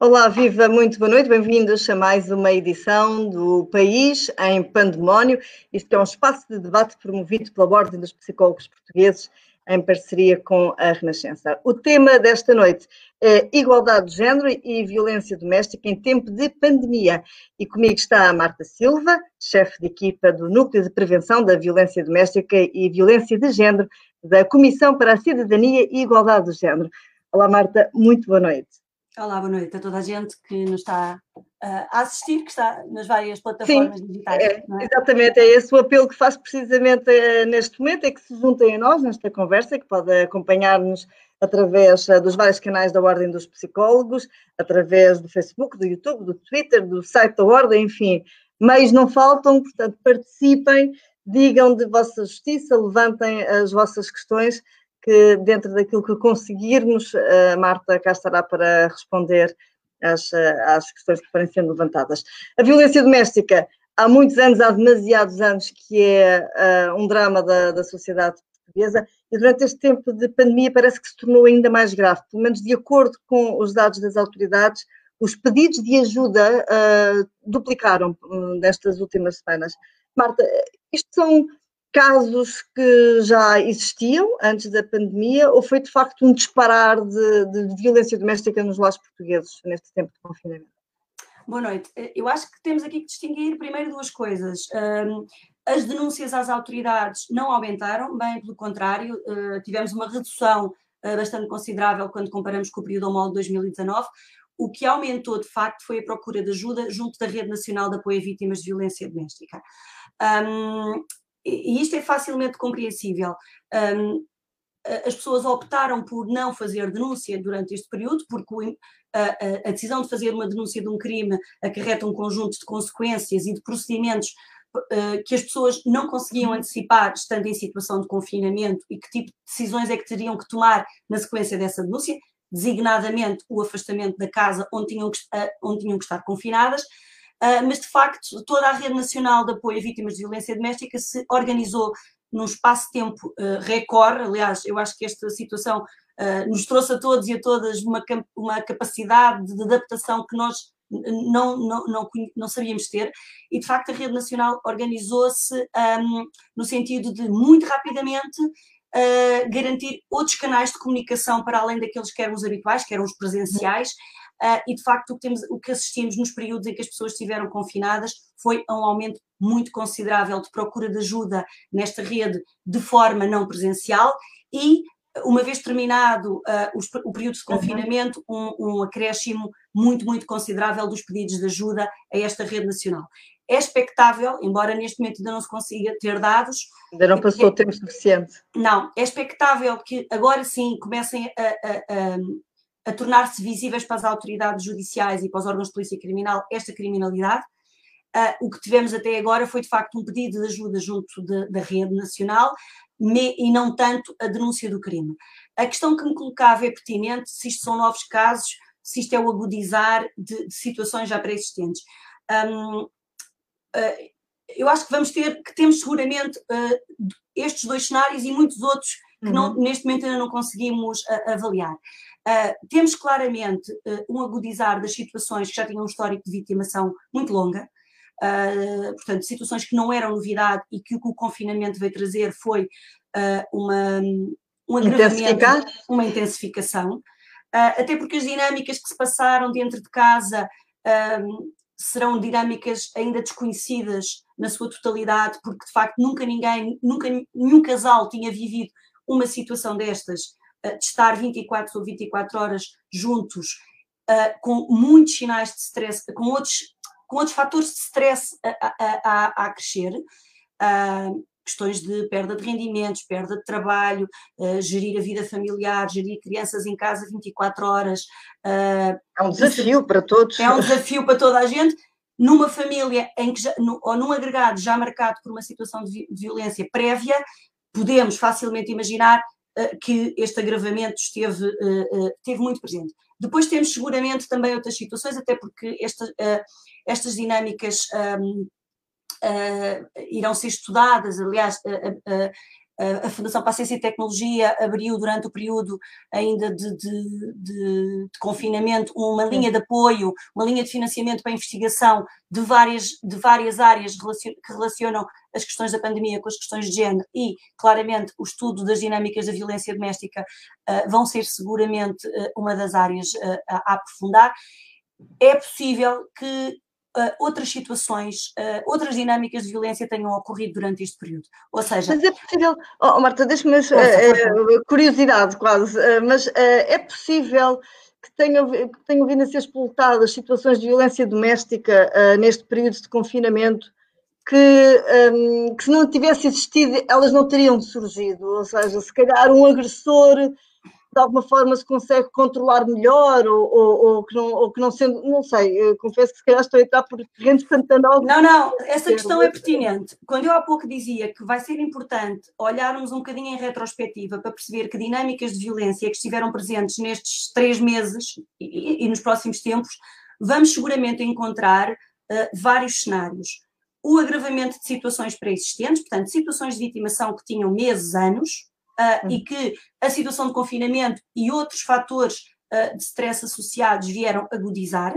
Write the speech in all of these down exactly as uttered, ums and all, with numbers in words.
Olá, viva, muito boa noite, bem-vindos a mais uma edição do País em Pandemónio. Isto é um espaço de debate promovido pela Ordem dos Psicólogos Portugueses em parceria com a Renascença. O tema desta noite é igualdade de género e violência doméstica em tempo de pandemia. E comigo está a Marta Silva, chefe de equipa do Núcleo de Prevenção da Violência Doméstica e Violência de Género da Comissão para a Cidadania e Igualdade de Género. Olá, Marta, muito boa noite. Olá, boa noite a toda a gente que nos está uh, a assistir, que está nas várias plataformas Sim, digitais. É, não é? Exatamente, é esse o apelo que faço precisamente uh, neste momento, é que se juntem a nós nesta conversa, que pode acompanhar-nos através uh, dos vários canais da Ordem dos Psicólogos, através do Facebook, do YouTube, do Twitter, do site da Ordem, enfim, meios não faltam, portanto participem, digam de vossa justiça, levantem as vossas questões, que dentro daquilo que conseguirmos, a Marta cá estará para responder às, às questões que forem sendo levantadas. A violência doméstica, há muitos anos, há demasiados anos, que é uh, um drama da, da sociedade portuguesa, e durante este tempo de pandemia parece que se tornou ainda mais grave. Pelo menos de acordo com os dados das autoridades, os pedidos de ajuda uh, duplicaram uh, nestas últimas semanas. Marta, isto são casos que já existiam antes da pandemia ou foi de facto um disparar de, de violência doméstica nos lares portugueses neste tempo de confinamento? Boa noite. Eu acho que temos aqui que distinguir primeiro duas coisas. Um, as denúncias às autoridades não aumentaram, bem pelo contrário, uh, tivemos uma redução uh, bastante considerável quando comparamos com o período homólogo de dois mil e dezanove. O que aumentou, de facto, foi a procura de ajuda junto da Rede Nacional de Apoio a Vítimas de Violência Doméstica. Um, e isto é facilmente compreensível. Um, as pessoas optaram por não fazer denúncia durante este período, porque a, a decisão de fazer uma denúncia de um crime acarreta um conjunto de consequências e de procedimentos uh, que as pessoas não conseguiam antecipar estando em situação de confinamento e que tipo de decisões é que teriam que tomar na sequência dessa denúncia, designadamente o afastamento da casa onde tinham que, uh, onde tinham que estar confinadas. Uh, mas, de facto, toda a Rede Nacional de Apoio a Vítimas de Violência Doméstica se organizou num espaço de tempo uh, recorde. Aliás, eu acho que esta situação uh, nos trouxe a todos e a todas uma, uma capacidade de adaptação que nós não, não, não, não sabíamos ter, e, de facto, a Rede Nacional organizou-se um, no sentido de, muito rapidamente, uh, garantir outros canais de comunicação para além daqueles que eram os habituais, que eram os presenciais. Uh, e, de facto, o que, temos, o que assistimos nos períodos em que as pessoas estiveram confinadas foi a um aumento muito considerável de procura de ajuda nesta rede de forma não presencial e, uma vez terminado uh, os, o período de confinamento, um, um acréscimo muito, muito considerável dos pedidos de ajuda a esta rede nacional. É expectável, embora neste momento ainda não se consiga ter dados... Ainda não passou o tempo suficiente. Não, é expectável que agora sim comecem a... a, a a tornar-se visíveis para as autoridades judiciais e para os órgãos de polícia criminal esta criminalidade. Uh, o que tivemos até agora foi, de facto, um pedido de ajuda junto de, da rede nacional me, e não tanto a denúncia do crime. A questão que me colocava é pertinente, se isto são novos casos, se isto é o agudizar de, de situações já pré-existentes. Um, uh, eu acho que vamos ter, que temos seguramente uh, estes dois cenários e muitos outros que não, uhum. neste momento ainda não conseguimos uh, avaliar. Uh, temos claramente uh, um agudizar das situações que já tinham um histórico de vitimação muito longa, uh, portanto, situações que não eram novidade e que o que o confinamento veio trazer foi uh, uma, um agravamento, uma intensificação, uh, até porque as dinâmicas que se passaram dentro de casa uh, serão dinâmicas ainda desconhecidas na sua totalidade, porque de facto nunca ninguém, nunca nenhum casal tinha vivido uma situação destas, de estar vinte e quatro ou vinte e quatro horas juntos, uh, com muitos sinais de stress, com outros, com outros fatores de stress a, a, a, a crescer, uh, questões de perda de rendimentos, perda de trabalho, uh, gerir a vida familiar, gerir crianças em casa vinte e quatro horas. Uh, é um desafio isso, para todos. É um desafio para toda a gente. Numa família em que já, no, ou num agregado já marcado por uma situação de, vi, de violência prévia, podemos facilmente imaginar que este agravamento esteve, uh, uh, esteve muito presente. Depois temos seguramente também outras situações, até porque esta, uh, estas dinâmicas um, uh, irão ser estudadas, aliás, uh, uh, a Fundação para a Ciência e Tecnologia abriu durante o período ainda de, de, de, de confinamento uma linha de apoio, uma linha de financiamento para a investigação de várias, de várias áreas que relacionam as questões da pandemia com as questões de género e, claramente, o estudo das dinâmicas da violência doméstica uh, vão ser seguramente uh, uma das áreas uh, a aprofundar. É possível que Uh, outras situações, uh, outras dinâmicas de violência tenham ocorrido durante este período. Ou seja... Mas é possível... Oh, Marta, deixa-me... Uh, curiosidade, quase. Uh, mas uh, é possível que tenham, que tenham vindo a ser explotadas situações de violência doméstica uh, neste período de confinamento que, um, que se não tivesse existido, elas não teriam surgido. Ou seja, se calhar um agressor... de alguma forma se consegue controlar melhor ou, ou, ou, que, não, ou que não sendo, não sei, eu confesso que se calhar estou a entrar por terrenos pantanosos. Não, não, essa questão é pertinente. Quando eu há pouco dizia que vai ser importante olharmos um bocadinho em retrospectiva para perceber que dinâmicas de violência que estiveram presentes nestes três meses e, e nos próximos tempos, vamos seguramente encontrar uh, vários cenários. O agravamento de situações pré-existentes, portanto, situações de vitimação que tinham meses, anos, Uh, e que a situação de confinamento e outros fatores uh, de stress associados vieram agudizar,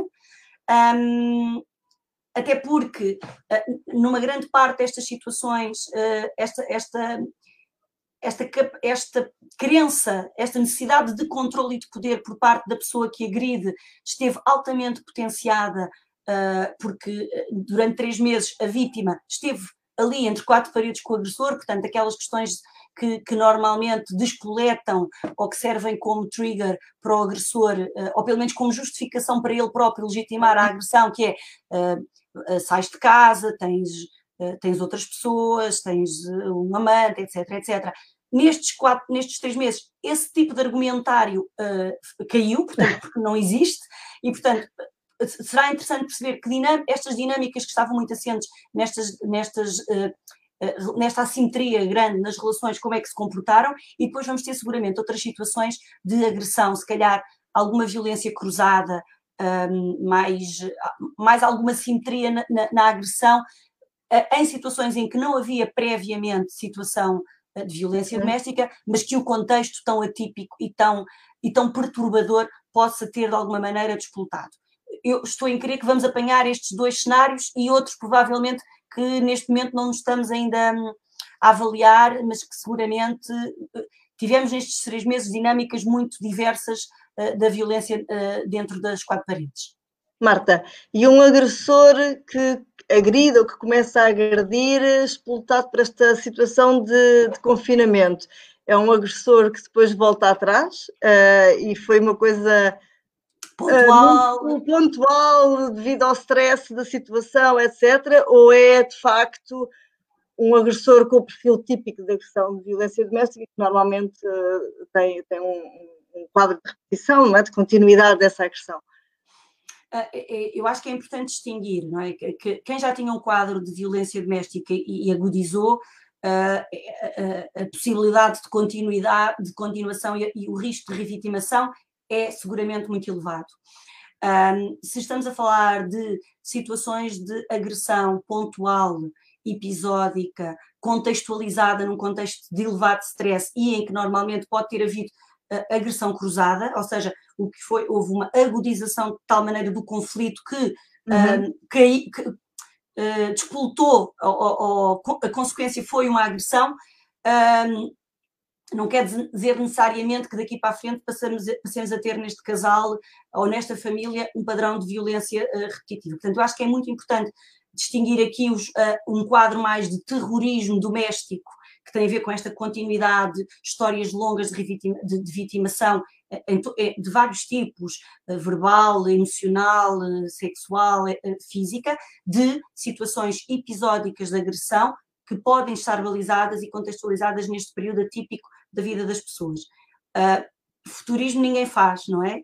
um, até porque uh, numa grande parte destas situações, uh, esta, esta, esta, esta crença, esta necessidade de controle e de poder por parte da pessoa que agride esteve altamente potenciada, uh, porque durante três meses a vítima esteve ali entre quatro paredes com o agressor, portanto aquelas questões Que, que normalmente descoletam ou que servem como trigger para o agressor, uh, ou pelo menos como justificação para ele próprio legitimar a agressão, que é uh, uh, sais de casa, tens, uh, tens outras pessoas, tens uh, um amante, etc, etcétera. Nestes, quatro, nestes três meses, esse tipo de argumentário uh, caiu, portanto, porque não existe, e portanto será interessante perceber que dinam- estas dinâmicas que estavam muito assentes nestas, nestas uh, nesta assimetria grande nas relações, como é que se comportaram, e depois vamos ter seguramente outras situações de agressão, se calhar alguma violência cruzada, um, mais, mais alguma simetria na, na, na agressão, uh, em situações em que não havia previamente situação uh, de violência doméstica, mas que o contexto tão atípico e tão, e tão perturbador possa ter de alguma maneira despoltado. Eu estou em crer que vamos apanhar estes dois cenários e outros provavelmente que neste momento não nos estamos ainda a avaliar, mas que seguramente tivemos nestes três meses dinâmicas muito diversas uh, da violência uh, dentro das quatro paredes. Marta, e um agressor que agride ou que começa a agredir, explotado por esta situação de, de confinamento, é um agressor que depois volta atrás uh, e foi uma coisa... Pontual. Uh, pontual, devido ao stress da situação, etcétera, ou é de facto um agressor com o perfil típico de agressão de violência doméstica, que normalmente uh, tem, tem um, um quadro de repetição, não é? De continuidade dessa agressão? Uh, eu acho que é importante distinguir, não é? Que, que quem já tinha um quadro de violência doméstica e, e agudizou, Uh, a, a, a possibilidade de continuidade, de continuação e, e o risco de revitimação é seguramente muito elevado. Um, se estamos a falar de situações de agressão pontual, episódica, contextualizada num contexto de elevado stress e em que normalmente pode ter havido uh, agressão cruzada, ou seja, o que foi, houve uma agudização de tal maneira do conflito que, uhum. um, que, que Uh, despoltou, ou, ou, ou, a consequência foi uma agressão, um, não quer dizer necessariamente que daqui para a frente passamos, passemos a ter neste casal ou nesta família um padrão de violência uh, repetitiva. Portanto, eu acho que é muito importante distinguir aqui os, uh, um quadro mais de terrorismo doméstico, que tem a ver com esta continuidade, histórias longas de, revitima, de, de vitimação de vários tipos, verbal, emocional, sexual, física, de situações episódicas de agressão que podem estar balizadas e contextualizadas neste período atípico da vida das pessoas. Uh, futurismo ninguém faz, não é?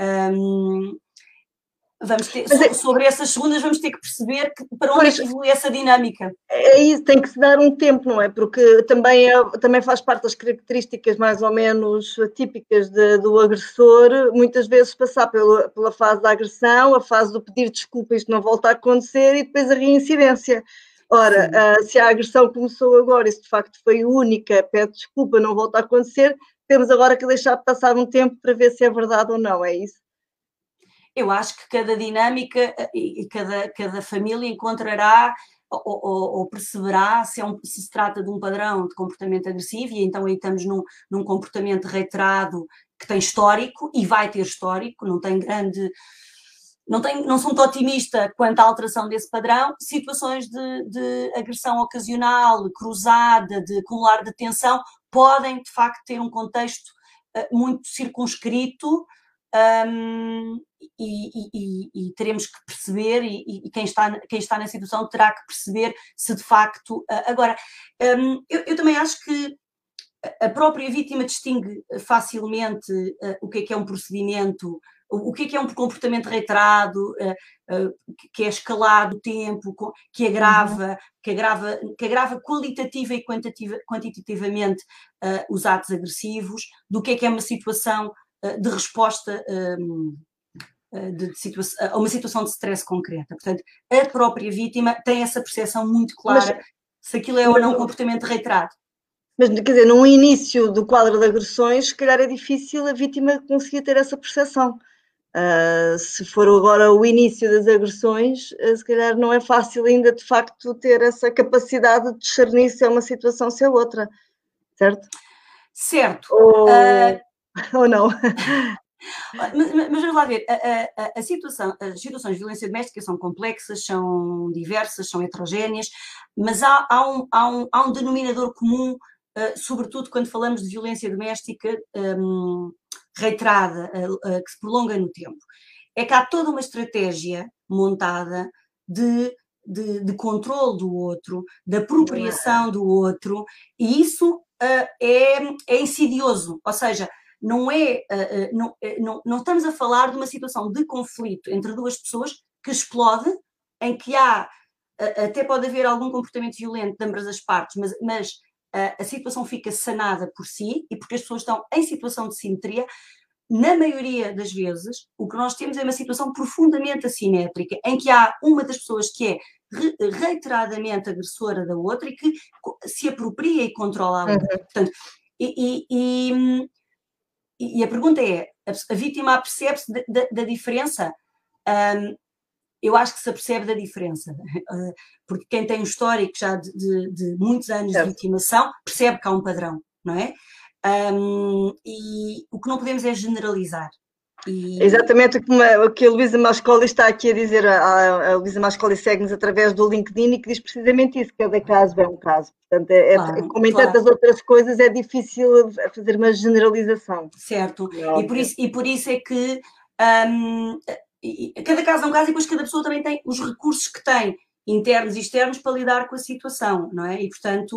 Um, vamos ter, so, sobre essas segundas vamos ter que perceber que, para onde pois, é que evolui essa dinâmica. É isso, tem que se dar um tempo, não é? Porque também, é, também faz parte das características mais ou menos típicas de, do agressor, muitas vezes passar pela, pela fase da agressão, a fase do pedir desculpa, isto não volta a acontecer, e depois a reincidência. Ora, uh, se a agressão começou agora e se de facto foi única, peço desculpa, não volta a acontecer, temos agora que deixar passar um tempo para ver se é verdade ou não, é isso? Eu acho que cada dinâmica e cada, cada família encontrará ou, ou, ou perceberá se, é um, se se trata de um padrão de comportamento agressivo, e então aí estamos num, num comportamento reiterado que tem histórico e vai ter histórico, não tem grande... Não, tenho, não sou muito otimista quanto à alteração desse padrão. Situações de, de agressão ocasional, cruzada, de acumular de tensão, podem, de facto, ter um contexto uh, muito circunscrito, um, e, e, e, e teremos que perceber, e, e quem, está, quem está na situação terá que perceber se, de facto... Uh, agora, um, eu, eu também acho que a própria vítima distingue facilmente uh, o que é que é um procedimento, o que é que é um comportamento reiterado, uh, uh, que é escalado o tempo, que agrava, uhum. que agrava, que agrava qualitativa e quantitativa, quantitativamente uh, os atos agressivos, do que é que é uma situação uh, de resposta um, de, de situação, a uma situação de stress concreta. Portanto, a própria vítima tem essa percepção muito clara mas, se aquilo é ou não um comportamento reiterado. Mas, quer dizer, no início do quadro de agressões, se calhar é difícil a vítima conseguir ter essa percepção. Uh, se for agora o início das agressões, uh, se calhar não é fácil ainda, de facto, ter essa capacidade de discernir se é uma situação, se é outra, certo? Certo. Ou, uh... ou não? Mas, mas vamos lá ver, a, a, a situação, as situações de violência doméstica são complexas, são diversas, são heterogéneas, mas há, há, um, há, um, há um denominador comum, uh, sobretudo quando falamos de violência doméstica um, reiterada, uh, uh, que se prolonga no tempo. É que há toda uma estratégia montada de, de, de controle do outro, de apropriação do outro, e isso uh, é, é insidioso, ou seja, não é, uh, não, não, não estamos a falar de uma situação de conflito entre duas pessoas que explode, em que há, uh, até pode haver algum comportamento violento de ambas as partes, mas, mas uh, a situação fica sanada por si e porque as pessoas estão em situação de simetria. Na maioria das vezes, o que nós temos é uma situação profundamente assimétrica, em que há uma das pessoas que é re reiteradamente agressora da outra e que se apropria e controla a outra. Uhum. Portanto, e, e, e, e a pergunta é, a, a vítima percebe-se da, da diferença? Um, eu acho que se apercebe da diferença, porque quem tem um histórico já de, de, de muitos anos certo. De vitimação percebe que há um padrão, não é? Um, e o que não podemos é generalizar. E... Exatamente o que a Luísa Mascoli está aqui a dizer. A, a Luísa Mascoli segue-nos através do LinkedIn e que diz precisamente isso, cada caso é um caso. Portanto, é, claro, é, como em claro. Tantas outras coisas, é difícil fazer uma generalização. Certo, e por, isso, e por isso é que um, cada caso é um caso e depois cada pessoa também tem os recursos que tem, internos e externos, para lidar com a situação, não é? E, portanto,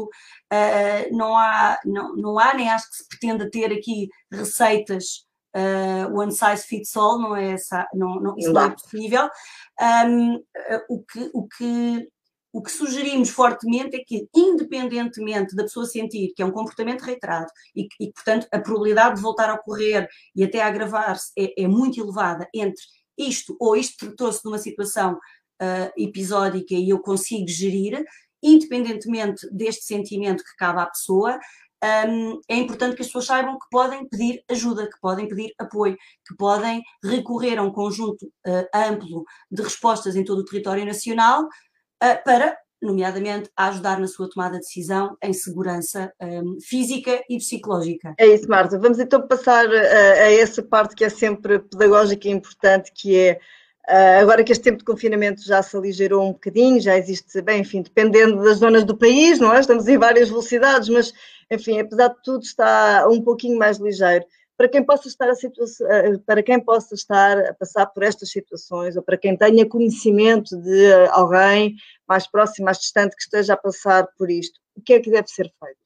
uh, não, há, não, não há, nem acho que se pretenda ter aqui receitas uh, one size fits all, não é essa, não, não, isso não é possível. Um, uh, o, que, o, que, o que sugerimos fortemente é que, independentemente da pessoa sentir que é um comportamento reiterado e, e portanto, a probabilidade de voltar a ocorrer e até a agravar-se é, é muito elevada entre isto ou isto tratou-se de uma situação Uh, episódica e eu consigo gerir, independentemente deste sentimento que cabe à pessoa, um, é importante que as pessoas saibam que podem pedir ajuda, que podem pedir apoio, que podem recorrer a um conjunto uh, amplo de respostas em todo o território nacional uh, para, nomeadamente, ajudar na sua tomada de decisão em segurança um, física e psicológica. É isso, Marta. Vamos então passar a, a essa parte que é sempre pedagógica e importante, que é Uh, agora que este tempo de confinamento já se aligerou um bocadinho, já existe, bem, enfim, dependendo das zonas do país, não é? Estamos em várias velocidades, mas, enfim, apesar de tudo, está um pouquinho mais ligeiro. Para quem possa estar a, situação, para quem possa estar a passar por estas situações, ou para quem tenha conhecimento de alguém mais próximo, mais distante, que esteja a passar por isto, o que é que deve ser feito?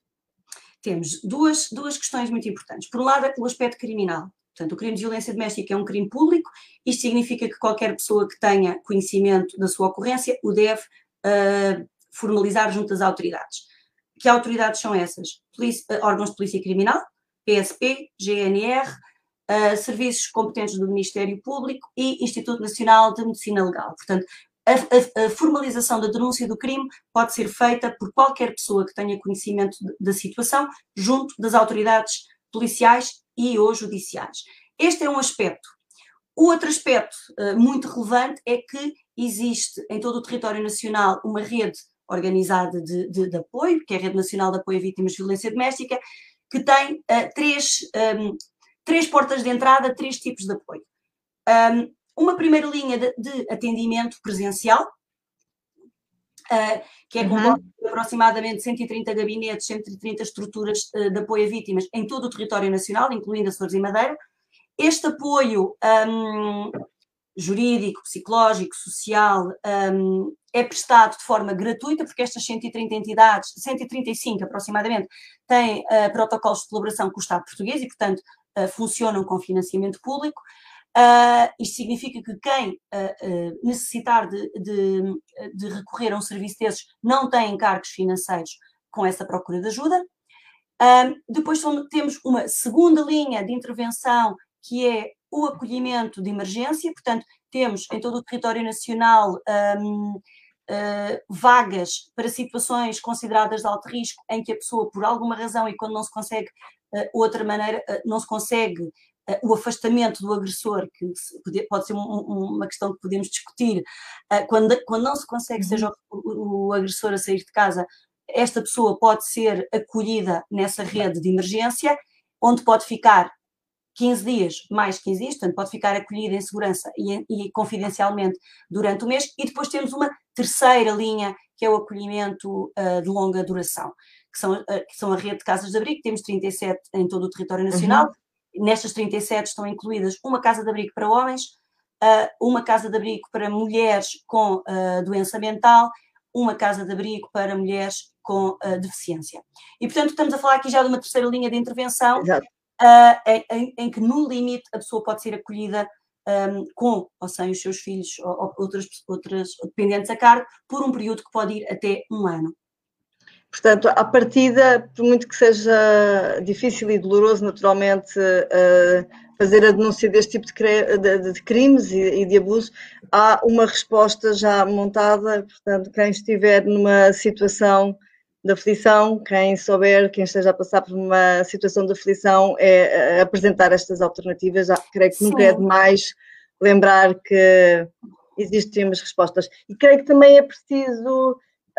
Temos duas, duas questões muito importantes. Por um lado, o aspecto criminal. Portanto, o crime de violência doméstica é um crime público. Isto significa que qualquer pessoa que tenha conhecimento da sua ocorrência o deve uh, formalizar junto das autoridades. Que autoridades são essas? Polícia, uh, órgãos de polícia criminal, P S P, G N R, uh, serviços competentes do Ministério Público e Instituto Nacional de Medicina Legal. Portanto, A, a, a formalização da denúncia do crime pode ser feita por qualquer pessoa que tenha conhecimento da situação junto das autoridades policiais e ou judiciais. Este é um aspecto. O outro aspecto uh, muito relevante é que existe em todo o território nacional uma rede organizada de, de, de apoio, que é a Rede Nacional de Apoio a Vítimas de Violência Doméstica, que tem uh, três, um, três portas de entrada, três tipos de apoio. Um, uma primeira linha de, de atendimento presencial, uh, que é composta por aproximadamente cento e trinta gabinetes, cento e trinta estruturas uh, de apoio a vítimas em todo o território nacional, incluindo Açores e Madeira. Este apoio um, jurídico, psicológico, social, um, é prestado de forma gratuita, porque estas cento e trinta entidades, cento e trinta e cinco aproximadamente, têm uh, protocolos de colaboração com o Estado português e, portanto, uh, funcionam com financiamento público. Uh, isto significa que quem uh, uh, necessitar de, de, de recorrer a um serviço desses não tem encargos financeiros com essa procura de ajuda. Uh, depois temos uma segunda linha de intervenção, que é o acolhimento de emergência. Portanto, temos em todo o território nacional um, uh, vagas para situações consideradas de alto risco, em que a pessoa, por alguma razão, e quando não se consegue uh, outra maneira, uh, não se consegue uh, o afastamento do agressor, que pode ser um, um, uma questão que podemos discutir, uh, quando, quando não se consegue, uhum. seja o, o agressor a sair de casa, esta pessoa pode ser acolhida nessa rede de emergência, onde pode ficar quinze dias, mais quinze dias, portanto pode ficar acolhida em segurança e, e confidencialmente durante o mês. E depois temos uma terceira linha, que é o acolhimento uh, de longa duração, que são, uh, que são a rede de casas de abrigo. Temos trinta e sete em todo o território nacional. Uhum. Nestas trinta e sete estão incluídas uma casa de abrigo para homens, uh, uma casa de abrigo para mulheres com uh, doença mental, uma casa de abrigo para mulheres com uh, deficiência. E, portanto, estamos a falar aqui já de uma terceira linha de intervenção, uh, em, em que, no limite, a pessoa pode ser acolhida um, com ou sem os seus filhos ou, ou outras, outras dependentes a cargo, por um período que pode ir até um ano. Portanto, à partida, por muito que seja difícil e doloroso, naturalmente, uh, fazer a denúncia deste tipo de, de, de crimes e, e de abuso, há uma resposta já montada. Portanto, quem estiver numa situação de aflição, quem souber, quem esteja a passar por uma situação de aflição, é, é apresentar estas alternativas. Já, creio que Sim. nunca é demais lembrar que existem umas respostas. E creio que também é preciso...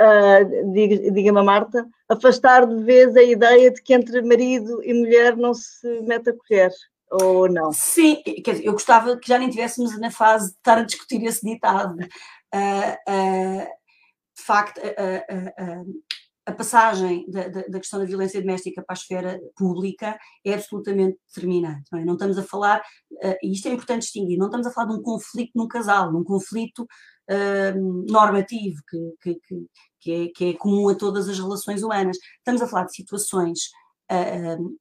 Uh, diga-me a Marta, afastar de vez a ideia de que entre marido e mulher não se mete a colher, ou não? Sim, quer dizer, eu gostava que já nem estivéssemos na fase de estar a discutir esse ditado. Uh, uh, de facto, uh, uh, uh, a passagem da, da, da questão da violência doméstica para a esfera pública é absolutamente determinante. Não é? Não estamos a falar, uh, e isto é importante distinguir, não estamos a falar de um conflito num casal, num conflito Uh, normativo, que, que, que, é, que é comum a todas as relações humanas. Estamos a falar de situações uh,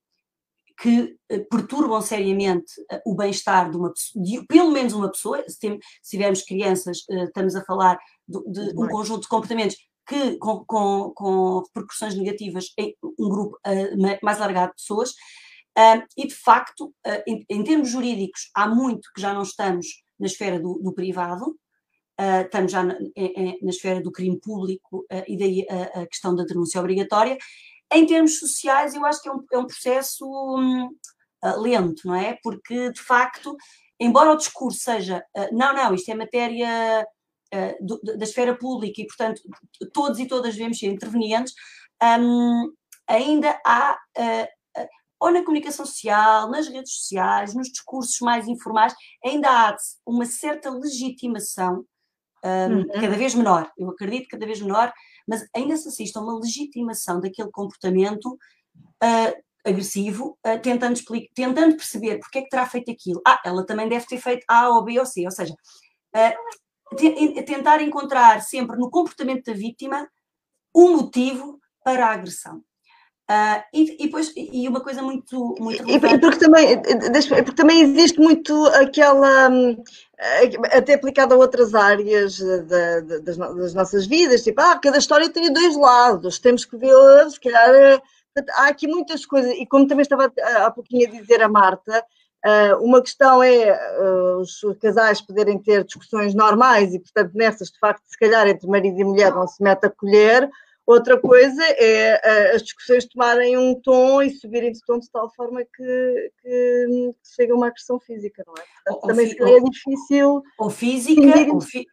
que uh, perturbam seriamente uh, o bem-estar de uma pessoa, de pelo menos uma pessoa. Se, tem, se tivermos crianças, uh, estamos a falar de, de um conjunto de comportamentos que, com, com, com repercussões negativas em um grupo uh, mais largado de pessoas. Uh, e, de facto, uh, em, em termos jurídicos, há muito que já não estamos na esfera do, do privado. Uh, estamos já na, na, na esfera do crime público, uh, e daí a, a questão da denúncia obrigatória. Em termos sociais, eu acho que é um, é um processo um, uh, lento, não é? Porque, de facto, embora o discurso seja, uh, não, não, isto é matéria uh, do, da esfera pública e, portanto, todos e todas devemos ser intervenientes, um, ainda há, uh, uh, ou na comunicação social, nas redes sociais, nos discursos mais informais, ainda há uma certa legitimação, Um, uhum. cada vez menor, eu acredito cada vez menor, mas ainda se assiste a uma legitimação daquele comportamento uh, agressivo, uh, tentando, tentando perceber porque é que terá feito aquilo. Ah, ela também deve ter feito A ou B ou C, ou seja, uh, te, tentar encontrar sempre no comportamento da vítima um motivo para a agressão. Uh, e, e, depois, e uma coisa muito, muito relevante... E porque também, porque também existe muito aquela, até aplicada a outras áreas da, das, das nossas vidas, tipo, ah, cada história tem dois lados, temos que ver, se calhar, há aqui muitas coisas, e como também estava há pouquinho a dizer a Marta, Uh, uma questão é uh, os casais poderem ter discussões normais e, portanto, nessas, de facto, se calhar entre marido e mulher não se mete a colher. Outra coisa é uh, as discussões tomarem um tom e subirem de tom de tal forma que, que, que chega a uma agressão física, não é? Portanto, ou, também fi, se calhar ou, é difícil. Ou física, ou fi...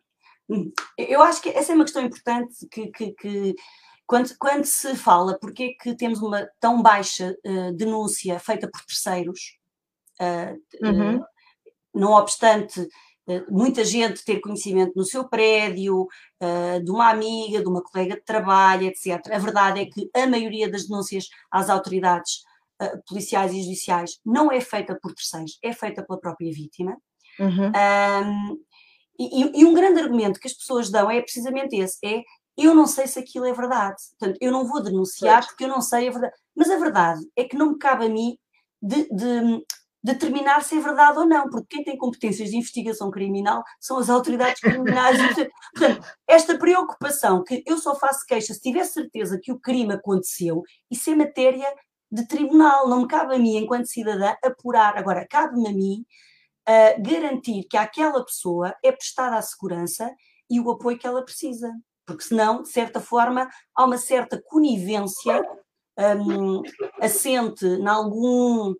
Eu acho que essa é uma questão importante que, que, que quando, quando se fala porque é que temos uma tão baixa uh, denúncia feita por terceiros, uh, Uhum. uh, não obstante uh, muita gente ter conhecimento no seu prédio, uh, de uma amiga, de uma colega de trabalho, etcétera. A verdade é que a maioria das denúncias às autoridades uh, policiais e judiciais não é feita por terceiros, é feita pela própria vítima. Uhum. Um, e, e um grande argumento que as pessoas dão é precisamente esse, é eu não sei se aquilo é verdade, portanto eu não vou denunciar porque eu não sei a verdade, mas a verdade é que não me cabe a mim de, de determinar se é verdade ou não, porque quem tem competências de investigação criminal são as autoridades criminais e, portanto, esta preocupação que eu só faço queixa se tiver certeza que o crime aconteceu, isso é matéria de tribunal, não me cabe a mim enquanto cidadã apurar, agora cabe-me a mim Uh, garantir que àquela pessoa é prestada a segurança e o apoio que ela precisa, porque senão, de certa forma, há uma certa conivência um, assente em algum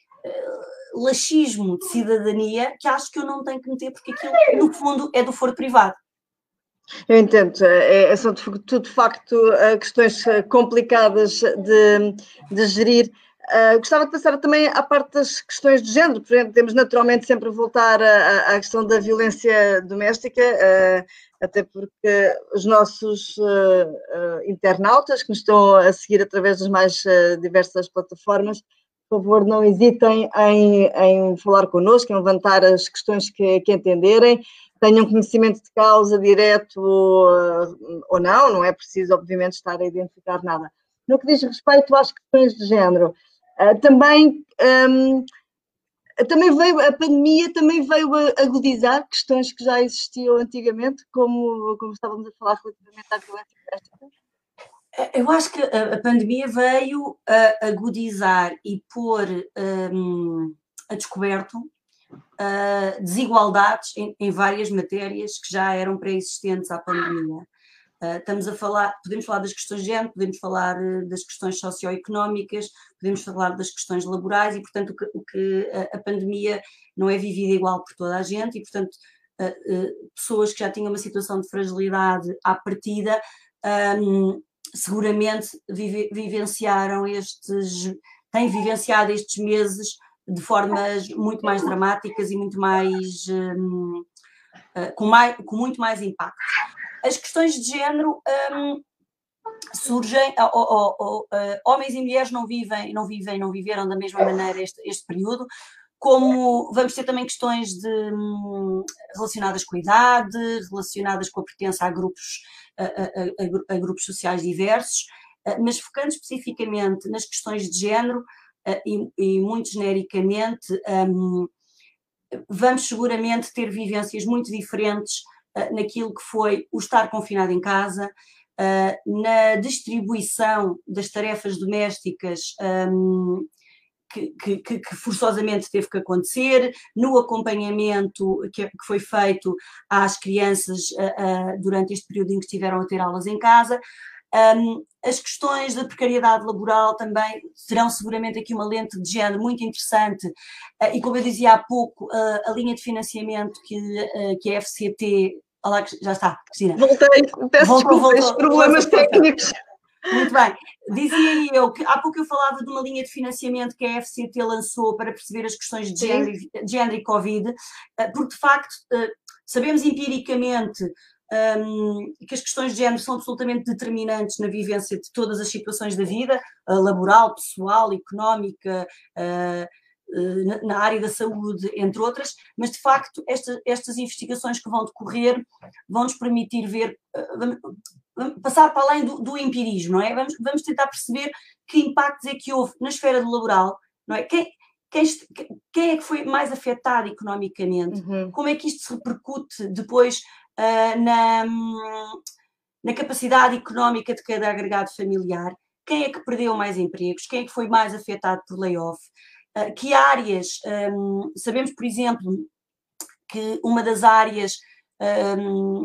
uh, laxismo de cidadania que acho que eu não tenho que meter, porque aquilo, no fundo, é do foro privado. Eu entendo, é, são tudo de facto questões complicadas de, de gerir. Uh, gostava de passar também à parte das questões de género, por exemplo, temos naturalmente sempre voltar à, à questão da violência doméstica, uh, até porque os nossos uh, uh, internautas que nos estão a seguir através das mais uh, diversas plataformas, por favor, não hesitem em, em falar connosco, em levantar as questões que, que entenderem, tenham conhecimento de causa direto uh, ou não, não é preciso, obviamente, estar a identificar nada. No que diz respeito às questões de género, Uh, também, um, também veio, a pandemia também veio agudizar questões que já existiam antigamente, como, como estávamos a falar relativamente à violência doméstica. Eu acho que a, a pandemia veio a agudizar e pôr um, a descoberto uh, desigualdades em, em várias matérias que já eram pré-existentes à pandemia. Uh, estamos a falar, podemos falar das questões de género, podemos falar uh, das questões socioeconómicas, podemos falar das questões laborais e, portanto, o que, o que a, a pandemia não é vivida igual por toda a gente e, portanto, uh, uh, pessoas que já tinham uma situação de fragilidade à partida, um, seguramente vive, vivenciaram estes, têm vivenciado estes meses de formas muito mais dramáticas e muito mais, um, uh, com, mais com muito mais impacto. As questões de género um, surgem, ou, ou, ou, uh, homens e mulheres não vivem, não vivem, não viveram da mesma maneira este, este período, como vamos ter também questões de, um, relacionadas com a idade, relacionadas com a pertença a grupos, a, a, a, a grupos sociais diversos, uh, mas focando especificamente nas questões de género uh, e, e muito genericamente, um, vamos seguramente ter vivências muito diferentes uh, naquilo que foi o estar confinado em casa, uh, na distribuição das tarefas domésticas um, que, que, que forçosamente teve que acontecer, no acompanhamento que, que foi feito às crianças uh, uh, durante este período em que estiveram a ter aulas em casa. Um, as questões da precariedade laboral também serão seguramente aqui uma lente de género muito interessante uh, e como eu dizia há pouco, uh, a linha de financiamento que, uh, que a F C T... Olá, já está, Cristina. Voltei, peço voltou, desculpa, estes problemas técnicos. Muito bem, dizia eu que há pouco eu falava de uma linha de financiamento que a F C T lançou para perceber as questões de género, de género e Covid, uh, porque de facto uh, sabemos empiricamente Um, que as questões de género são absolutamente determinantes na vivência de todas as situações da vida, uh, laboral, pessoal, económica, uh, uh, na, na área da saúde, entre outras, mas de facto esta, estas investigações que vão decorrer vão nos permitir ver, uh, vamos, vamos passar para além do, do empirismo, não é? Vamos, vamos tentar perceber que impactos é que houve na esfera do laboral, não é? Quem, Quem, quem é que foi mais afetado economicamente? Uhum. Como é que isto se repercute depois uh, na, na capacidade económica de cada agregado familiar? Quem é que perdeu mais empregos? Quem é que foi mais afetado por layoff? uh, que áreas, um, sabemos, por exemplo, que uma das áreas um,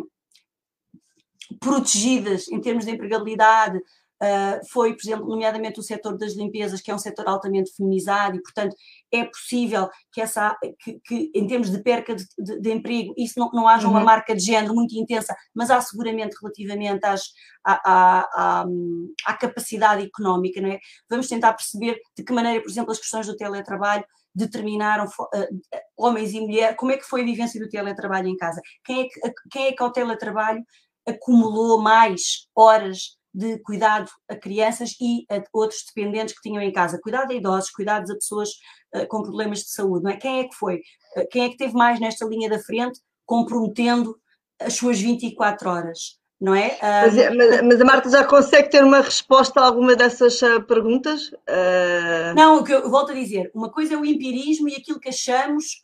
protegidas em termos de empregabilidade uh, foi, por exemplo, nomeadamente o setor das limpezas, que é um setor altamente feminizado e, portanto, é possível que, essa, que, que em termos de perca de, de, de emprego, isso não, não haja uhum. uma marca de género muito intensa, mas há seguramente relativamente às, à, à, à, à capacidade económica, não é? Vamos tentar perceber de que maneira, por exemplo, as questões do teletrabalho determinaram uh, homens e mulheres, como é que foi a vivência do teletrabalho em casa, quem é que, quem é que ao teletrabalho acumulou mais horas de cuidado a crianças e a outros dependentes que tinham em casa, cuidado a idosos, cuidados a pessoas uh, com problemas de saúde, não é? Quem é que foi? Uh, quem é que teve mais nesta linha da frente, comprometendo as suas vinte e quatro horas, não é? Um, mas, mas, mas a Marta já consegue ter uma resposta a alguma dessas uh, perguntas? Uh... Não, o que eu volto a dizer, uma coisa é o empirismo e aquilo que achamos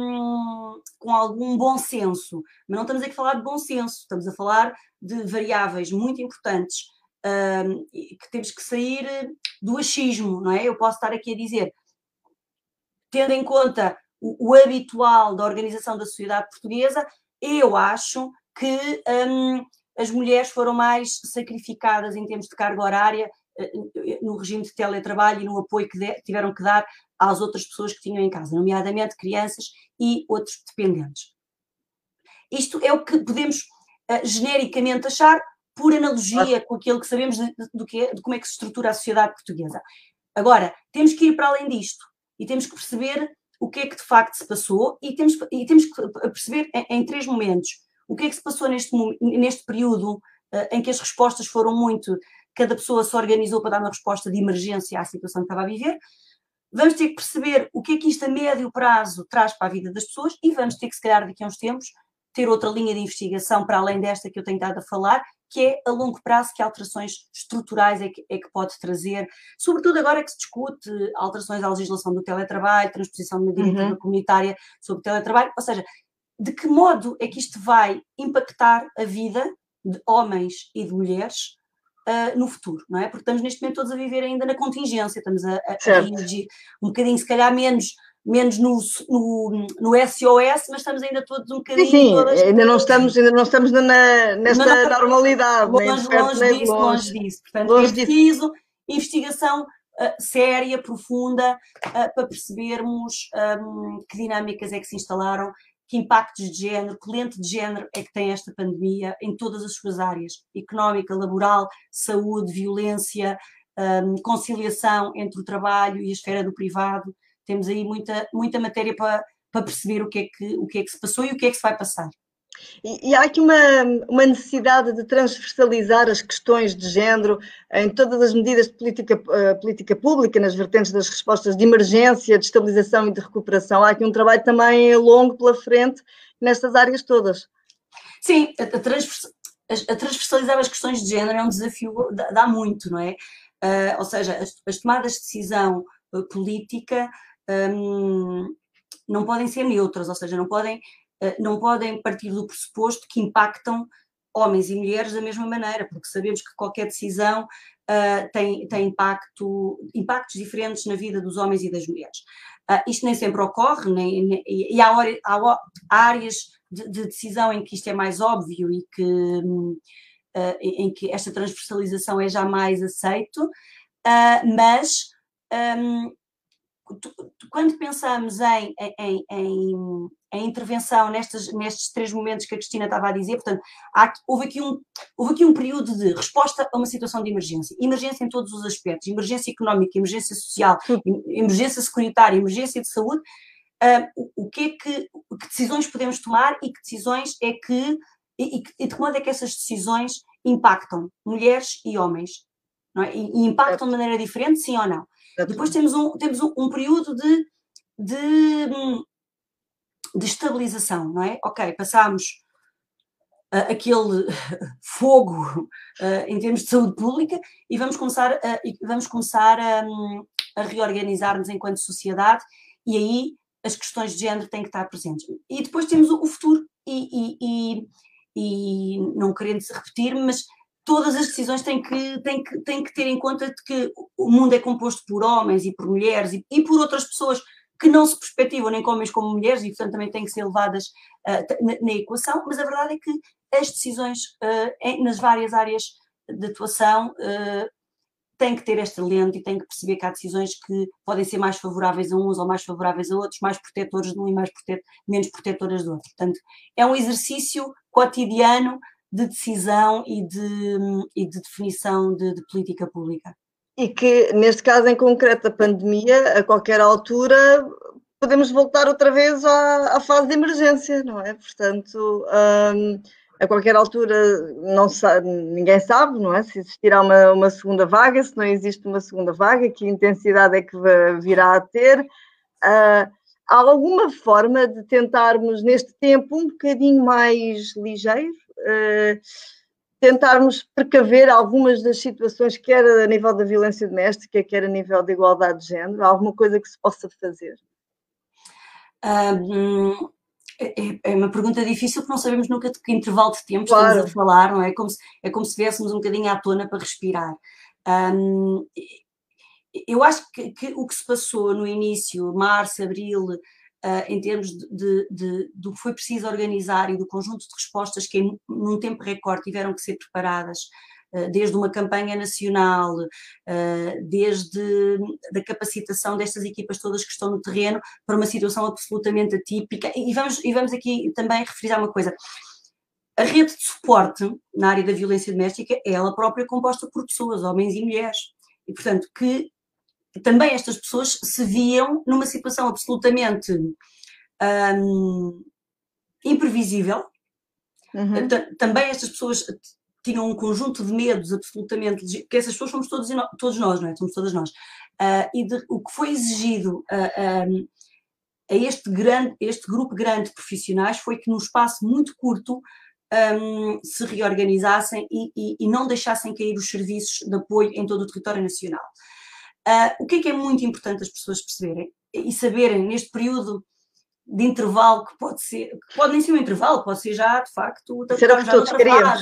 um, com algum bom senso, mas não estamos aqui a falar de bom senso, estamos a falar de variáveis muito importantes, um, que temos que sair do achismo, não é? Eu posso estar aqui a dizer, tendo em conta o, o habitual da organização da sociedade portuguesa, eu acho que um, as mulheres foram mais sacrificadas em termos de carga horária no regime de teletrabalho e no apoio que de, tiveram que dar às outras pessoas que tinham em casa, nomeadamente crianças e outros dependentes. Isto é o que podemos uh, genericamente achar por analogia com aquilo que sabemos de, de, de, que é, de como é que se estrutura a sociedade portuguesa. Agora, temos que ir para além disto e temos que perceber o que é que de facto se passou e temos, e temos que perceber em, em três momentos o que é que se passou neste, neste período uh, em que as respostas foram muito, cada pessoa se organizou para dar uma resposta de emergência à situação que estava a viver. Vamos ter que perceber o que é que isto a médio prazo traz para a vida das pessoas e vamos ter que, se calhar, daqui a uns tempos, ter outra linha de investigação para além desta que eu tenho estado a falar, que é a longo prazo, que alterações estruturais é que, é que pode trazer, sobretudo agora que se discute alterações à legislação do teletrabalho, transposição de uma diretiva uhum. comunitária sobre o teletrabalho, ou seja, de que modo é que isto vai impactar a vida de homens e de mulheres uh, no futuro, não é? Porque estamos neste momento todos a viver ainda na contingência, estamos a, a, a reagir um bocadinho, se calhar menos... menos no, no, no S O S, mas estamos ainda todos um bocadinho... Sim, sim, todas, ainda, não estamos, ainda não estamos na, nesta não, não, normalidade. Longe, nem de perto, longe, nem disso, longe. longe disso. Portanto, longe é preciso disso. investigação uh, séria, profunda, uh, para percebermos um, que dinâmicas é que se instalaram, que impactos de género, que lente de género é que tem esta pandemia em todas as suas áreas, económica, laboral, saúde, violência, um, conciliação entre o trabalho e a esfera do privado. Temos aí muita, muita matéria para, para perceber o que, é que, o que é que se passou e o que é que se vai passar. E, e há aqui uma, uma necessidade de transversalizar as questões de género em todas as medidas de política, uh, política pública, nas vertentes das respostas de emergência, de estabilização e de recuperação. Há aqui um trabalho também longo pela frente nestas áreas todas. Sim, a, a, transvers, a, a transversalizar as questões de género é um desafio, dá, dá muito, não é? Uh, ou seja, as, as tomadas de decisão uh, política um, não podem ser neutras, ou seja, não podem... não podem partir do pressuposto que impactam homens e mulheres da mesma maneira, porque sabemos que qualquer decisão uh, tem, tem impacto, impactos diferentes na vida dos homens e das mulheres. Uh, isto nem sempre ocorre, nem, nem, e há, há, há áreas de, de decisão em que isto é mais óbvio e que, uh, em que esta transversalização é já mais aceito, uh, mas um, tu, tu, quando pensamos em, em, em a intervenção nestes, nestes três momentos que a Cristina estava a dizer, portanto, há, houve, aqui um, houve aqui um período de resposta a uma situação de emergência, emergência em todos os aspectos, emergência económica, emergência social, emergência securitária, emergência de saúde, uh, o, o que é que, que decisões podemos tomar e que decisões é que, e, e de que modo é que essas decisões impactam mulheres e homens, não é? e, e impactam de maneira diferente, sim ou não? Depois temos um, temos um, um período de, de de estabilização, não é? Ok, passámos uh, aquele fogo uh, em termos de saúde pública e vamos começar, a, e vamos começar a, a reorganizar-nos enquanto sociedade e aí as questões de género têm que estar presentes. E depois temos o, o futuro e, e, e, e não querendo repetir-me, mas todas as decisões têm que, têm que, têm que ter em conta de que o mundo é composto por homens e por mulheres e, e por outras pessoas que não se perspectivam nem como homens como mulheres e, portanto, também têm que ser levadas uh, na, na equação, mas a verdade é que as decisões uh, em, nas várias áreas de atuação uh, têm que ter esta lente e têm que perceber que há decisões que podem ser mais favoráveis a uns ou mais favoráveis a outros, mais protetores de um e mais protet menos protetoras do outro. Portanto, é um exercício cotidiano de decisão e de, e de definição de, de política pública. E que, neste caso em concreto, a pandemia, a qualquer altura, podemos voltar outra vez à, à fase de emergência, não é? Portanto, hum, a qualquer altura, não sabe, ninguém sabe, não é? Se existirá uma, uma segunda vaga, se não existe uma segunda vaga, que intensidade é que virá a ter. Uh, há alguma forma de tentarmos, neste tempo, um bocadinho mais ligeiro, uh, tentarmos precaver algumas das situações, quer a nível da violência doméstica, quer a nível da igualdade de género? Há alguma coisa que se possa fazer? Um, é, é uma pergunta difícil porque não sabemos nunca de que intervalo de tempo claro. Estamos a falar, não é? É como se, é como se viéssemos um bocadinho à tona para respirar. Um, eu acho que, que o que se passou no início, março, abril, Uh, em termos de, de, de, do que foi preciso organizar e do conjunto de respostas que em, num tempo recorde tiveram que ser preparadas, uh, desde uma campanha nacional, uh, desde a capacitação destas equipas todas que estão no terreno para uma situação absolutamente atípica. E vamos, e vamos aqui também referir uma coisa. A rede de suporte na área da violência doméstica é ela própria composta por pessoas, homens e mulheres. E, portanto, que também estas pessoas se viam numa situação absolutamente hum, imprevisível. Uhum. Também estas pessoas tinham um conjunto de medos absolutamente, porque essas pessoas somos todos, todos nós, não é? Somos todas nós. Uh, e de, o que foi exigido uh, um, a este, grande, este grupo grande de profissionais foi que num espaço muito curto um, se reorganizassem e, e, e não deixassem cair os serviços de apoio em todo o território nacional. Uh, o que é que é muito importante as pessoas perceberem e saberem neste período de intervalo que pode ser, que pode nem ser um intervalo, pode ser já de facto ser o que todos queríamos.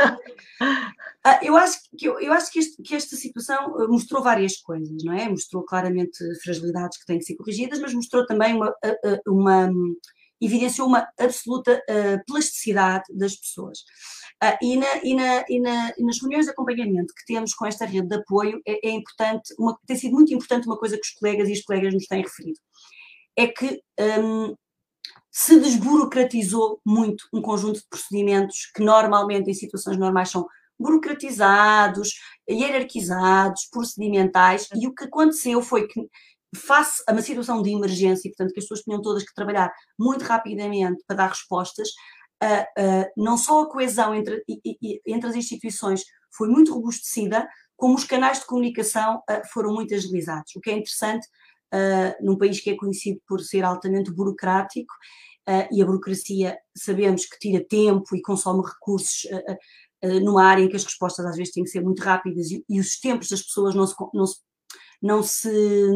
uh, eu acho que, eu, eu acho que, este, que esta situação mostrou várias coisas, não é? Mostrou claramente fragilidades que têm que ser corrigidas, mas mostrou também uma, uma, uma evidenciou uma absoluta uh, plasticidade das pessoas. Uh, e, na, e, na, e, na, e nas reuniões de acompanhamento que temos com esta rede de apoio, é, é importante, uma, tem sido muito importante uma coisa que os colegas e os colegas nos têm referido, é que um, se desburocratizou muito um conjunto de procedimentos que normalmente em situações normais são burocratizados, hierarquizados, procedimentais, e o que aconteceu foi que face a uma situação de emergência, portanto que as pessoas tinham todas que trabalhar muito rapidamente para dar respostas, Uh, uh, não só a coesão entre, e, e, entre as instituições foi muito robustecida, como os canais de comunicação uh, foram muito agilizados, o que é interessante uh, num país que é conhecido por ser altamente burocrático, uh, e a burocracia sabemos que tira tempo e consome recursos uh, uh, numa área em que as respostas às vezes têm que ser muito rápidas e, e os tempos das pessoas não se, não se, não se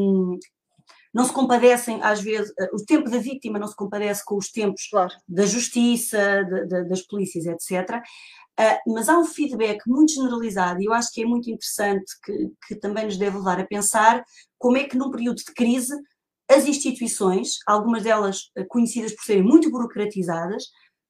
não se compadecem, às vezes, o tempo da vítima não se compadece com os tempos claro. Da justiça, de, de, das polícias, etcétera. Uh, mas há um feedback muito generalizado e eu acho que é muito interessante, que, que também nos deve levar a pensar como é que num período de crise as instituições, algumas delas conhecidas por serem muito burocratizadas,